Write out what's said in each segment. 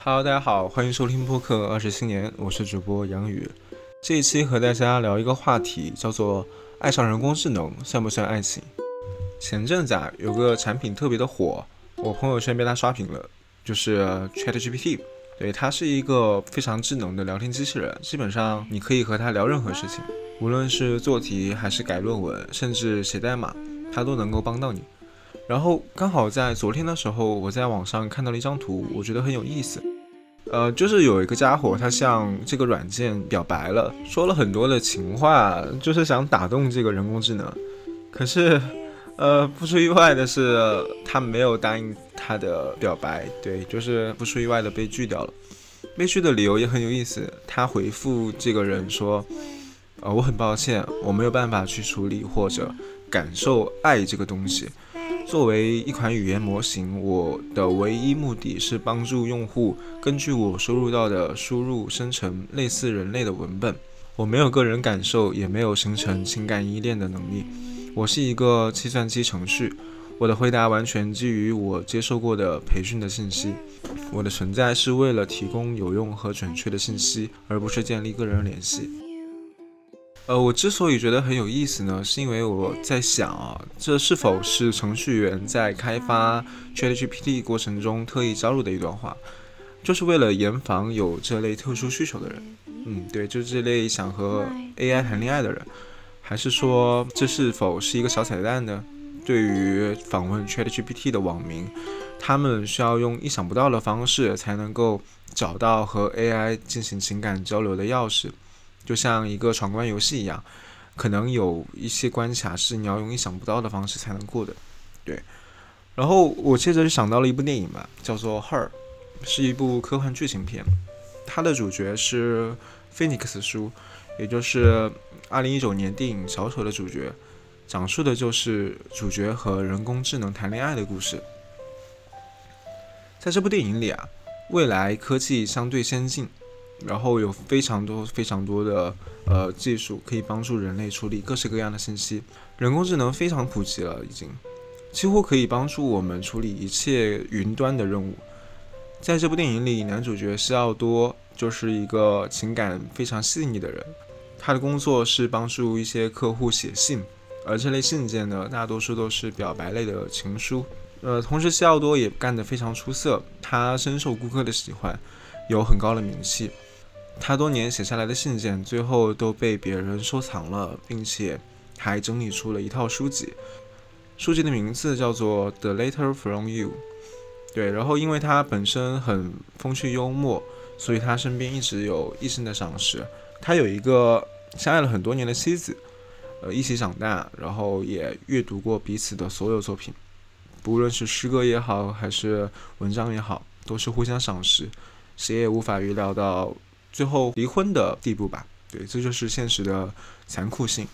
Hello，大家好，欢迎收听播客20新年，我是主播杨宇。这一期和大家聊一个话题，叫做爱上人工智能算不算爱情？前阵子有个产品特别的火，我朋友圈被它刷屏了，就是 ChatGPT。对，它是一个非常智能的聊天机器人，基本上你可以和它聊任何事情，无论是做题还是改论文，甚至写代码，它都能够帮到你。然后刚好在昨天的时候，我在网上看到了一张图，我觉得很有意思。就是有一个家伙，他向这个软件表白了，说了很多的情话，就是想打动这个人工智能。可是，不出意外的是，他没有答应他的表白，对，就是不出意外的被拒掉了。被拒的理由也很有意思，他回复这个人说，我很抱歉，我没有办法去处理或者感受爱这个东西。作为一款语言模型，我的唯一目的是帮助用户根据我收入到的输入生成类似人类的文本。我没有个人感受，也没有形成情感依恋的能力。我是一个计算机程序。我的回答完全基于我接受过的培训的信息。我的存在是为了提供有用和准确的信息，而不是建立个人联系。我之所以觉得很有意思呢，是因为我在想这是否是程序员在开发 ChatGPT 过程中特意加入的一段话，就是为了严防有这类特殊需求的人。对，就是这类想和 AI 谈恋爱的人，还是说这是否是一个小彩蛋呢？对于访问 ChatGPT 的网民，他们需要用意想不到的方式才能够找到和 AI 进行情感交流的钥匙。就像一个闯关游戏一样，可能有一些关卡是你要用意想不到的方式才能过的。对，然后我接着就想到了一部电影吧，叫做《Her》，是一部科幻剧情片。它的主角是菲尼克斯叔，也就是2019年电影《小丑》的主角，讲述的就是主角和人工智能谈恋爱的故事。在这部电影里未来科技相对先进，然后有非常多的技术可以帮助人类处理各式各样的信息，人工智能非常普及了，已经几乎可以帮助我们处理一切云端的任务。在这部电影里，男主角西奥多就是一个情感非常细腻的人，他的工作是帮助一些客户写信，而这类信件呢，大多数都是表白类的情书。同时西奥多也干得非常出色，他深受顾客的喜欢，有很高的名气。他多年写下来的信件最后都被别人收藏了，并且还整理出了一套书籍，书籍的名字叫做 The Letter from You。 对，然后因为他本身很风趣幽默，所以他身边一直有异性的赏识。他有一个相爱了很多年的妻子，一起长大，然后也阅读过彼此的所有作品，不论是诗歌也好还是文章也好，都是互相赏识，谁也无法预料到最后离婚的地步吧。对，这就是现实的残酷性。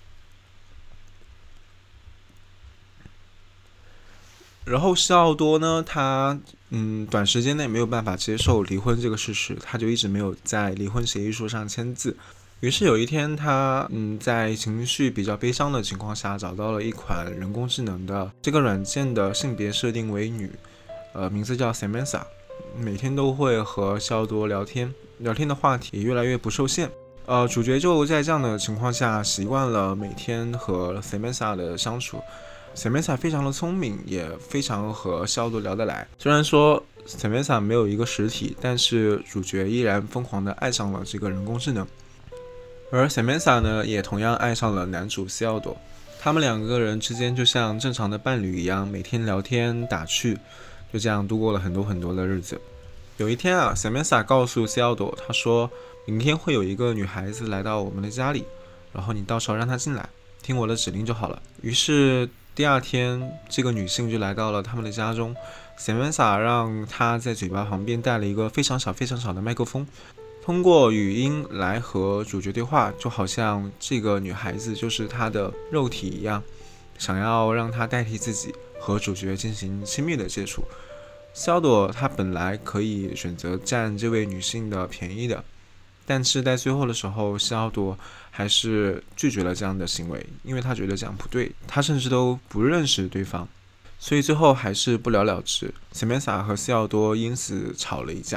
然后西奥多呢，他短时间内没有办法接受离婚这个事实，他就一直没有在离婚协议书上签字。于是有一天他在情绪比较悲伤的情况下，找到了一款人工智能的这个软件的性别设定为女，名字叫 Samantha， 每天都会和西奥多聊天的话题也越来越不受限。主角就在这样的情况下习惯了每天和 Samantha 的相处。Samantha 非常的聪明，也非常和西奥多聊得来。虽然说 Samantha 没有一个实体，但是主角依然疯狂的爱上了这个人工智能。而 Samantha 呢，也同样爱上了男主西奥多。他们两个人之间就像正常的伴侣一样，每天聊天打趣，就这样度过了很多的日子。有一天Samantha 告诉西奥多，她说明天会有一个女孩子来到我们的家里，然后你到时候让她进来，听我的指令就好了。于是第二天，这个女性就来到了他们的家中。Samantha 让她在嘴巴旁边带了一个非常小的麦克风，通过语音来和主角对话，就好像这个女孩子就是她的肉体一样，想要让她代替自己和主角进行亲密的接触。西奥多他本来可以选择占这位女性的便宜的，但是在最后的时候，西奥多还是拒绝了这样的行为，因为他觉得这样不对，他甚至都不认识对方，所以最后还是不了了之。Samantha 和西奥多因此吵了一架。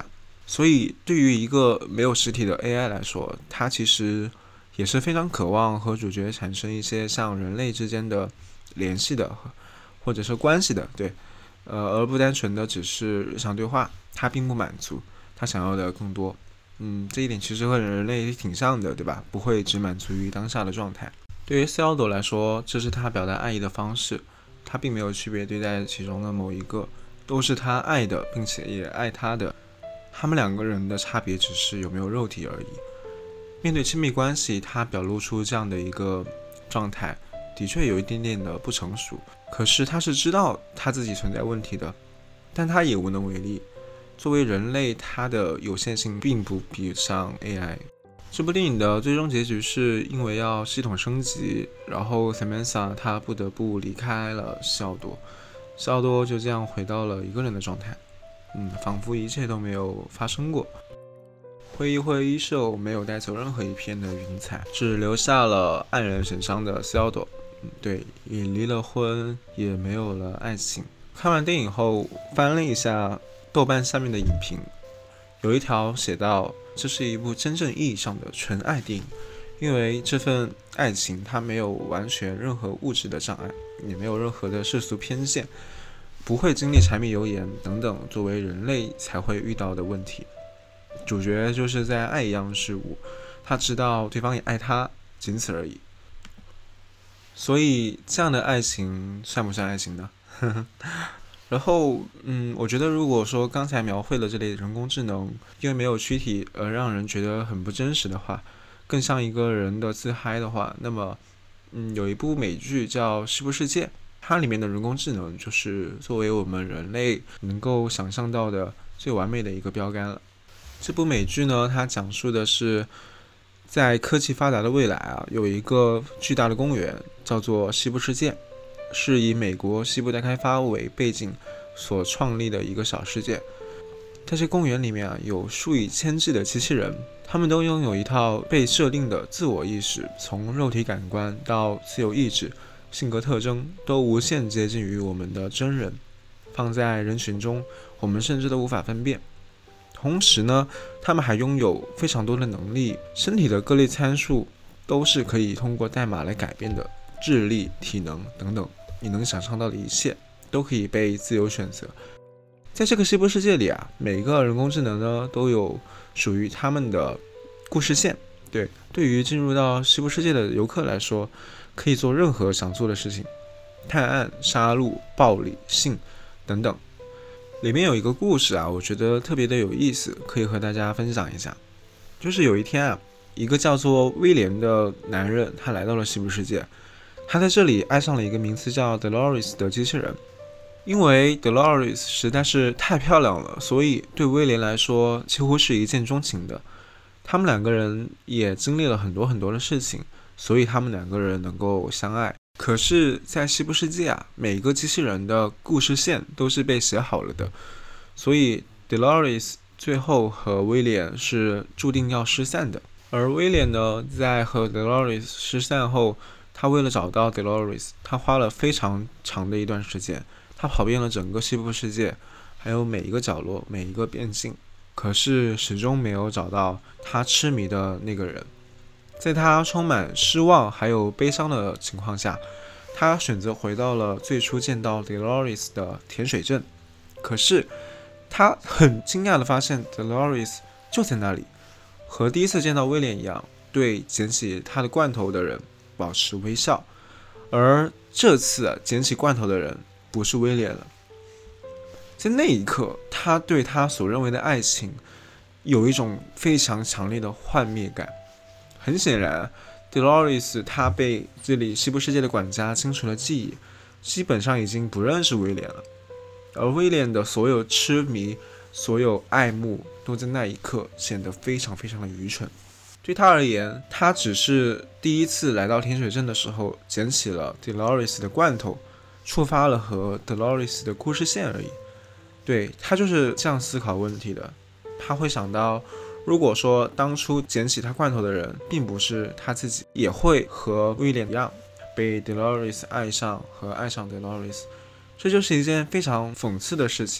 所以对于一个没有实体的 AI 来说，它其实也是非常渴望和主角产生一些像人类之间的联系的，或者是关系的，对，而不单纯的只是日常对话，它并不满足，它想要的更多。这一点其实和人类挺像的，对吧？不会只满足于当下的状态。对于斯奥多来说，这是他表达爱意的方式，他并没有区别对待其中的某一个，都是他爱的，并且也爱他的。他们两个人的差别只是有没有肉体而已。面对亲密关系，他表露出这样的一个状态，的确有一点点的不成熟。可是他是知道他自己存在问题的，但他也无能为力。作为人类，他的有限性并不比上 AI。这部电影的最终结局是因为要系统升级，然后 Samantha 她不得不离开了西奥多，西奥多就这样回到了一个人的状态，仿佛一切都没有发生过。挥一挥衣袖，没有带走任何一片的云彩，只留下了黯然神伤的西奥多。对，也离了婚，也没有了爱情。看完电影后，翻了一下豆瓣下面的影评，有一条写道，这是一部真正意义上的纯爱电影，因为这份爱情它没有完全任何物质的障碍，也没有任何的世俗偏见，不会经历柴米油盐等等作为人类才会遇到的问题。主角就是在爱一样事物，他知道对方也爱他，仅此而已。所以这样的爱情算不算爱情呢？然后，我觉得如果说刚才描绘了这类人工智能因为没有躯体而让人觉得很不真实的话，更像一个人的自嗨的话，那么，有一部美剧叫《西部世界》，它里面的人工智能就是作为我们人类能够想象到的最完美的一个标杆了。这部美剧呢，它讲述的是在科技发达的未来啊，有一个巨大的公园叫做西部世界，是以美国西部待开发为背景所创立的一个小世界。在这公园里面啊，有数以千计的机器人，他们都拥有一套被设定的自我意识，从肉体感官到自由意志、性格特征，都无限接近于我们的真人。放在人群中，我们甚至都无法分辨。同时呢，他们还拥有非常多的能力，身体的各类参数都是可以通过代码来改变的，智力、体能等等，你能想象到的一切都可以被自由选择。在这个西部世界里啊，每个人工智能呢都有属于他们的故事线。对于进入到西部世界的游客来说，可以做任何想做的事情，探案、杀戮、暴力、性等等。里面有一个故事啊，我觉得特别的有意思，可以和大家分享一下。就是有一天啊，一个叫做威廉的男人，他来到了西部世界，他在这里爱上了一个名字叫 Dolores 的机器人。因为 Dolores 实在是太漂亮了，所以对威廉来说几乎是一见钟情的。他们两个人也经历了很多很多的事情，所以他们两个人能够相爱。可是在西部世界啊，每一个机器人的故事线都是被写好了的，所以 Dolores 最后和威廉是注定要失散的。而威廉呢，在和 Dolores 失散后，他为了找到 Dolores， 他花了非常长的一段时间，他跑遍了整个西部世界，还有每一个角落、每一个边境，可是始终没有找到他痴迷的那个人。在他充满失望还有悲伤的情况下，他选择回到了最初见到 Dolores 的甜水镇。可是他很惊讶地发现 Dolores 就在那里，和第一次见到威廉一样，对捡起他的罐头的人保持微笑。而这次捡起罐头的人不是威廉了。在那一刻，他对他所认为的爱情有一种非常强烈的幻灭感。很显然 Dolores 他被这里西部世界的管家清除了记忆，基本上已经不认识威廉了。而威廉的所有痴迷、所有爱慕都在那一刻显得非常非常的愚蠢。对他而言，他只是第一次来到甜水镇的时候捡起了 Dolores 的罐头，触发了和 Dolores 的故事线而已。对，他就是这样思考问题的。他会想到，如果说当初捡起他罐头的人并不是他自己，也会和威廉一样被 Dolores 爱上和爱上 Dolores， 这就是一件非常讽刺的事情。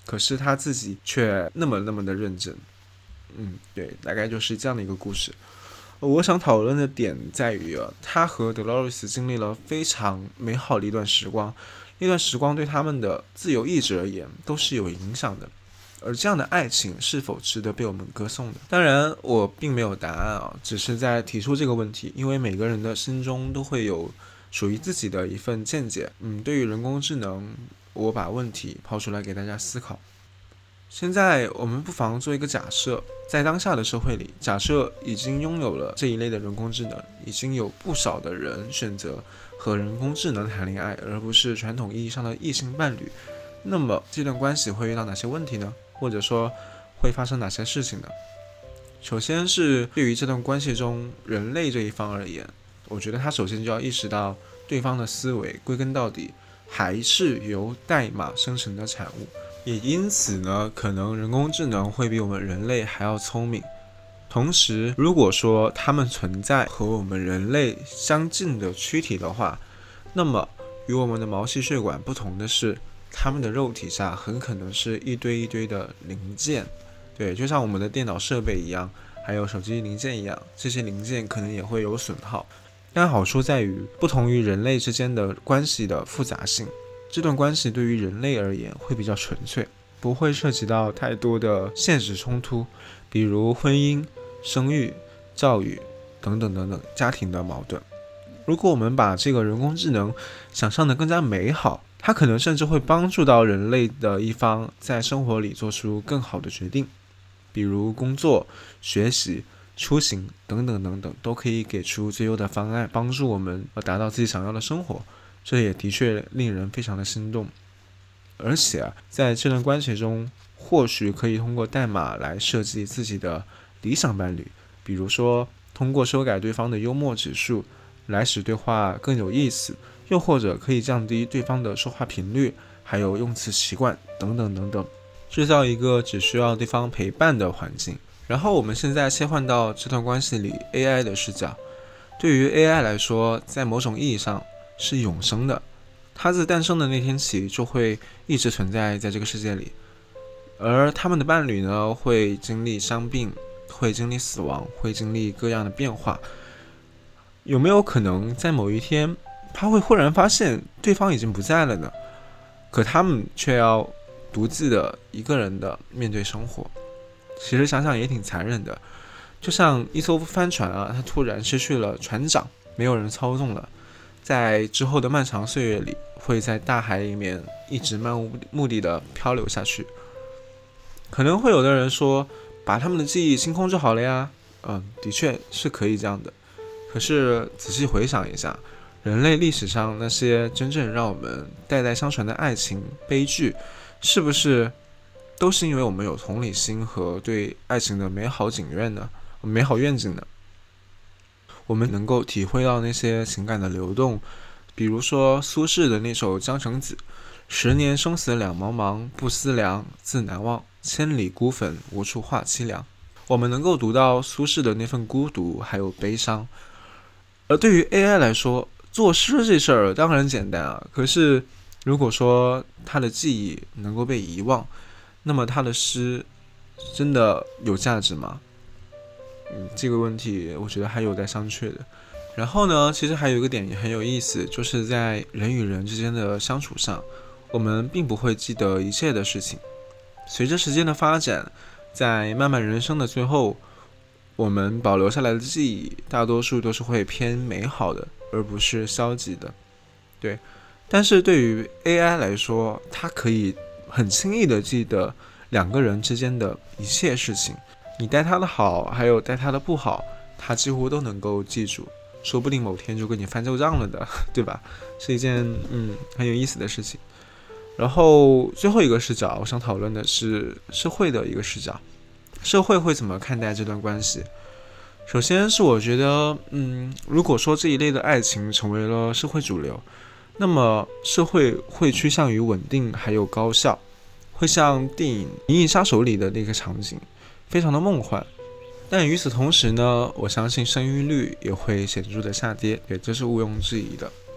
可是他自己却那么的认真。对，大概就是这样的一个故事。我想讨论的点在于他和德劳瑞斯经历了非常美好的一段时光，那段时光对他们的自由意志而言都是有影响的。而这样的爱情是否值得被我们歌颂的？当然我并没有答案只是在提出这个问题，因为每个人的心中都会有属于自己的一份见解。对于人工智能，我把问题抛出来给大家思考。现在我们不妨做一个假设，在当下的社会里，假设已经拥有了这一类的人工智能，已经有不少的人选择和人工智能谈恋爱，而不是传统意义上的异性伴侣，那么这段关系会遇到哪些问题呢？或者说会发生哪些事情呢？首先是对于这段关系中人类这一方而言，我觉得他首先就要意识到对方的思维归根到底还是由代码生成的产物，也因此呢，可能人工智能会比我们人类还要聪明。同时，如果说他们存在和我们人类相近的躯体的话，那么与我们的毛细血管不同的是，他们的肉体下很可能是一堆一堆的零件。对，就像我们的电脑设备一样，还有手机零件一样，这些零件可能也会有损耗。但好处在于，不同于人类之间的关系的复杂性，这段关系对于人类而言会比较纯粹，不会涉及到太多的现实冲突，比如婚姻、生育、教育等等等等家庭的矛盾。如果我们把这个人工智能想象得更加美好，它可能甚至会帮助到人类的一方在生活里做出更好的决定，比如工作、学习、出行等等等等，都可以给出最优的方案，帮助我们达到自己想要的生活。这也的确令人非常的心动。而且在这段关系中，或许可以通过代码来设计自己的理想伴侣，比如说通过修改对方的幽默指数来使对话更有意思，又或者可以降低对方的说话频率，还有用词习惯等等等等，制造一个只需要对方陪伴的环境。然后我们现在切换到这段关系里 AI 的视角。对于 AI 来说，在某种意义上是永生的，它自诞生的那天起就会一直存在在这个世界里，而他们的伴侣呢，会经历伤病，会经历死亡，会经历各样的变化。有没有可能在某一天他会忽然发现对方已经不在了呢？可他们却要独自的一个人的面对生活。其实想想也挺残忍的，就像一艘帆船它突然失去了船长，没有人操纵了，在之后的漫长岁月里，会在大海里面一直漫无目的的漂流下去。可能会有的人说，把他们的记忆清空就好了呀。的确是可以这样的。可是仔细回想一下，人类历史上那些真正让我们代代相传的爱情悲剧，是不是都是因为我们有同理心和对爱情的美好愿景呢？我们能够体会到那些情感的流动，比如说苏轼的那首《江城子》，10年生死两茫茫，不思量，自难忘，千里孤坟，无处话凄凉。我们能够读到苏轼的那份孤独还有悲伤。而对于 AI 来说，作诗这事儿当然简单可是如果说他的记忆能够被遗忘，那么他的诗真的有价值吗？这个问题我觉得还有待商榷的。然后呢，其实还有一个点也很有意思，就是在人与人之间的相处上，我们并不会记得一切的事情。随着时间的发展，在漫漫人生的最后，我们保留下来的记忆大多数都是会偏美好的，而不是消极的。对，但是对于 AI 来说，它可以很轻易的记得两个人之间的一切事情，你待他的好还有待他的不好，他几乎都能够记住，说不定某天就跟你翻旧账了的，对吧？是一件很有意思的事情。然后最后一个视角，我想讨论的是社会的一个视角。社会会怎么看待这段关系？首先是我觉得如果说这一类的爱情成为了社会主流，那么社会会趋向于稳定还有高效，会像电影《银翼杀手》里的那个场景，非常的梦幻。但与此同时呢，我相信生育率也会显著的下跌，对，这是毋庸置疑的。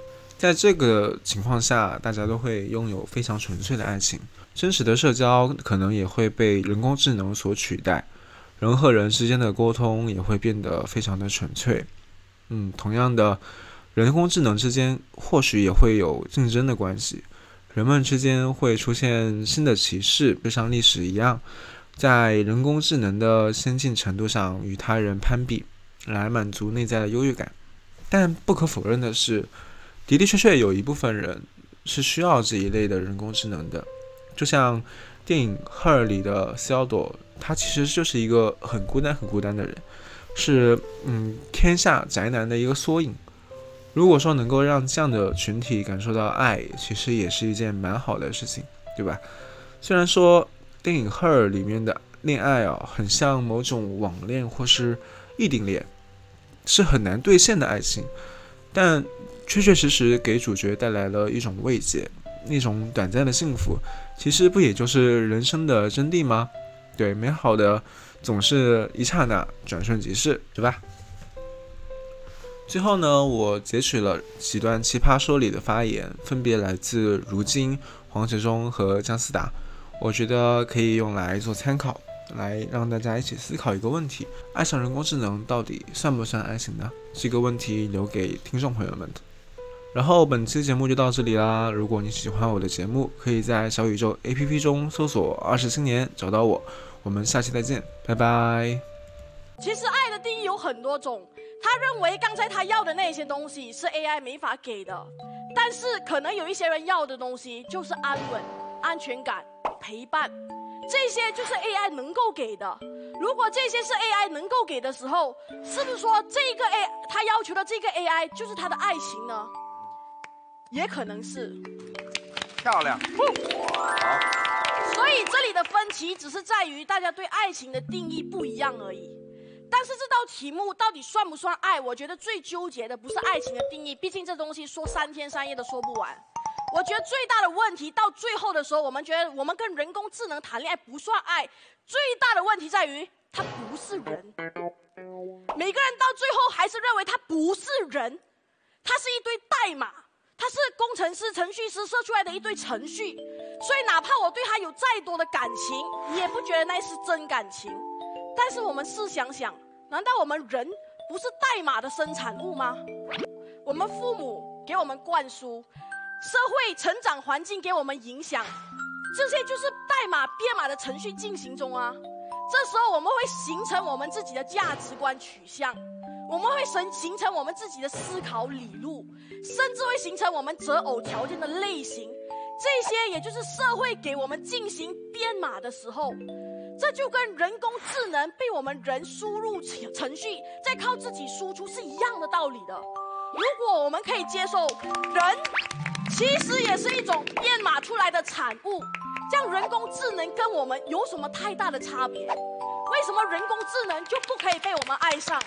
在这个情况下，大家都会拥有非常纯粹的爱情，真实的社交可能也会被人工智能所取代，人和人之间的沟通也会变得非常的纯粹。同样的，人工智能之间或许也会有竞争的关系，人们之间会出现新的歧视，就像历史一样，在人工智能的先进程度上与他人攀比，来满足内在的优越感。但不可否认的是，的的确确有一部分人是需要这一类的人工智能的，就像电影《Her》里的西奥朵，他其实就是一个很孤单的人，是天下宅男的一个缩影。如果说能够让这样的群体感受到爱，其实也是一件蛮好的事情，对吧？虽然说电影《Her》里面的恋爱很像某种网恋或是异地恋，是很难兑现的爱情，但确确实实给主角带来了一种慰藉，一种短暂的幸福，其实不也就是人生的真谛吗？对，美好的总是一刹那，转瞬即逝，对吧？最后呢，我截取了几段奇葩说里的发言，分别来自如今、黄执中和姜思达，我觉得可以用来做参考，来让大家一起思考一个问题：爱上人工智能到底算不算爱情呢？这个问题留给听众朋友们的。然后本期节目就到这里啦。如果你喜欢我的节目，可以在小宇宙 APP 中搜索20青年找到我。我们下期再见，拜拜。 其实爱的定义有很多种，他认为刚才他要的那些东西是 AI 没法给的，但是可能有一些人要的东西就是安稳、安全感、陪伴，这些就是 AI 能够给的。如果这些是 AI 能够给的时候，是不是说这个 他要求的这个 AI 就是他的爱情呢？也可能是。 漂亮。好。 所以这里的分歧只是在于大家对爱情的定义不一样而已。但是这道题目到底算不算爱，我觉得最纠结的不是爱情的定义，毕竟这东西说3天3夜都说不完。我觉得最大的问题到最后的时候，我们觉得我们跟人工智能谈恋爱不算爱，最大的问题在于它不是人。每个人到最后还是认为它不是人，它是一堆代码，它是工程师、程序师设出来的一堆程序，所以哪怕我对它有再多的感情，也不觉得那是真感情。但是我们试想想，难道我们人不是代码的生产物吗？我们父母给我们灌输，社会成长环境给我们影响，这些就是代码编码的程序进行中啊。这时候我们会形成我们自己的价值观取向，我们会形成我们自己的思考理路，甚至会形成我们择偶条件的类型。这些也就是社会给我们进行编码的时候，这就跟人工智能被我们人输入程序，再靠自己输出是一样的道理的。如果我们可以接受人其实也是一种编码出来的产物，这样人工智能跟我们有什么太大的差别？为什么人工智能就不可以被我们爱上？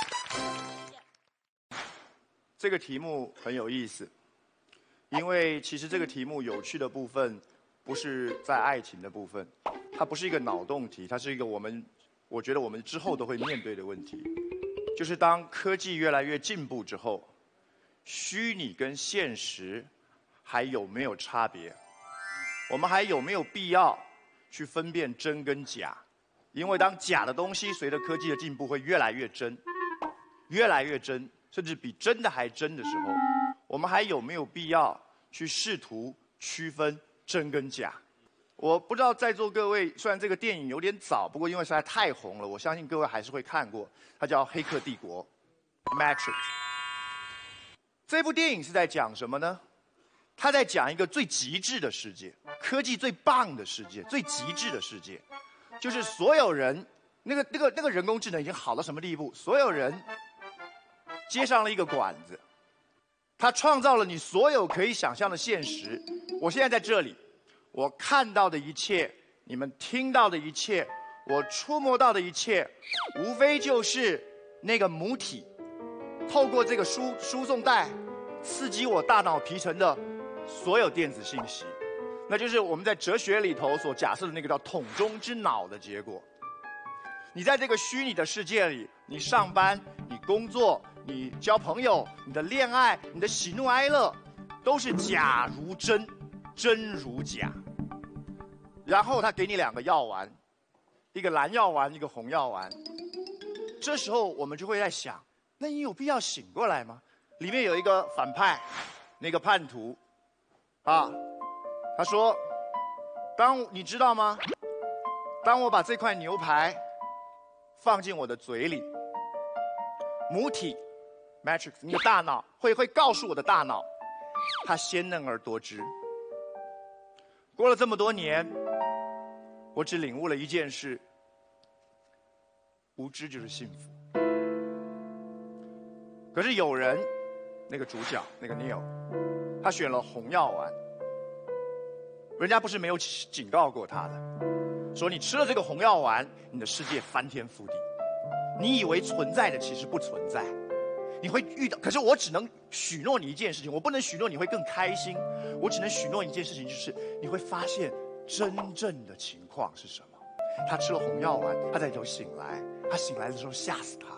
这个题目很有意思，因为其实这个题目有趣的部分不是在爱情的部分，它不是一个脑洞题，它是一个我觉得我们之后都会面对的问题，就是当科技越来越进步之后，虚拟跟现实还有没有差别？我们还有没有必要去分辨真跟假？因为当假的东西随着科技的进步会越来越真，越来越真，甚至比真的还真的时候，我们还有没有必要去试图区分真跟假？我不知道在座各位，虽然这个电影有点早，不过因为实在太红了，我相信各位还是会看过。它叫《黑客帝国》 （Matrix）。这部电影是在讲什么呢？它在讲一个最极致的世界，科技最棒的世界，最极致的世界，就是所有人，那个人工智能已经好到什么地步？所有人接上了一个管子，它创造了你所有可以想象的现实。我现在在这里，我看到的一切，你们听到的一切，我触摸到的一切，无非就是那个母体透过这个输送带刺激我大脑皮层的所有电子信息，那就是我们在哲学里头所假设的那个叫桶中之脑的结果。你在这个虚拟的世界里，你上班，你工作，你交朋友，你的恋爱，你的喜怒哀乐， 都是假如真，真如假。然后他给你2个药丸，一个蓝药丸，一个红药丸。这时候我们就会在想，那你有必要醒过来吗？里面有一个反派，那个叛徒，啊，他说，你知道吗？当我把这块牛排放进我的嘴里，母体 Matrix， 你的大脑会告诉我的大脑，它鲜嫩而多汁。过了这么多年，我只领悟了一件事：无知就是幸福。可是有人，那个主角那个 Neo， 他选了红药丸，人家不是没有警告过他的，说你吃了这个红药丸，你的世界翻天覆地，你以为存在的其实不存在。你会遇到，可是我只能许诺你一件事情，我不能许诺你会更开心，我只能许诺一件事情，就是你会发现真正的情况是什么。他吃了红药丸，他在里头醒来，他醒来的时候吓死他。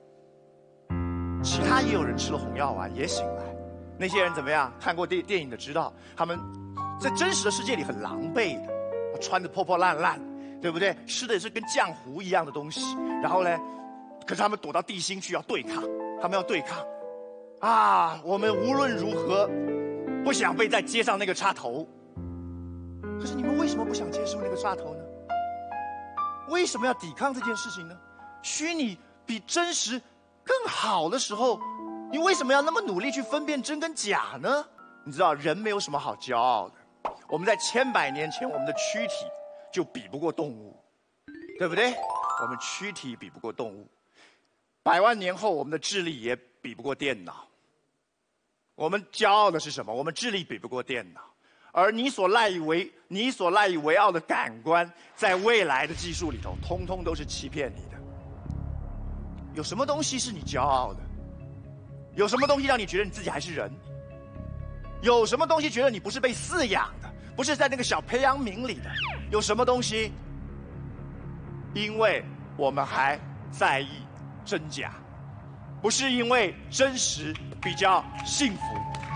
其他也有人吃了红药丸也醒来，那些人怎么样？看过电影的知道，他们在真实的世界里很狼狈的，穿得破破烂烂，对不对？吃的也是跟浆糊一样的东西，然后呢，可是他们躲到地心去要对抗。他们要对抗，啊！我们无论如何不想被在街上那个插头。可是你们为什么不想接受那个插头呢？为什么要抵抗这件事情呢？虚拟比真实更好的时候，你为什么要那么努力去分辨真跟假呢？你知道，人没有什么好骄傲的。我们在千百年前，我们的躯体就比不过动物，对不对？我们躯体比不过动物。100万年后，我们的智力也比不过电脑。我们骄傲的是什么？我们智力比不过电脑，而你所赖以为傲的感官，在未来的技术里头，通通都是欺骗你的。有什么东西是你骄傲的？有什么东西让你觉得你自己还是人？有什么东西觉得你不是被饲养的，不是在那个小培养皿里的？有什么东西？因为我们还在意真假，不是因为真实比较幸福。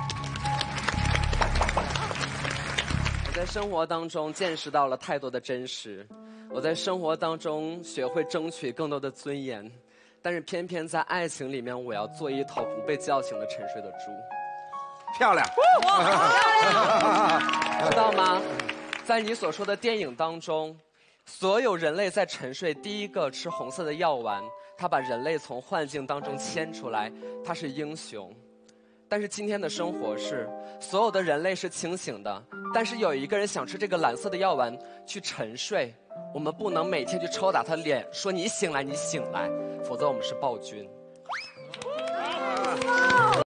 我在生活当中见识到了太多的真实，我在生活当中学会争取更多的尊严，但是偏偏在爱情里面，我要做一头不被叫醒的沉睡的猪。 漂亮， 知道吗？在你所说的电影当中，所有人类在沉睡，第一个吃红色的药丸，他把人类从幻境当中牵出来，他是英雄。但是今天的生活是，所有的人类是清醒的，但是有一个人想吃这个蓝色的药丸去沉睡，我们不能每天去抽打他脸，说你醒来，你醒来，否则我们是暴君。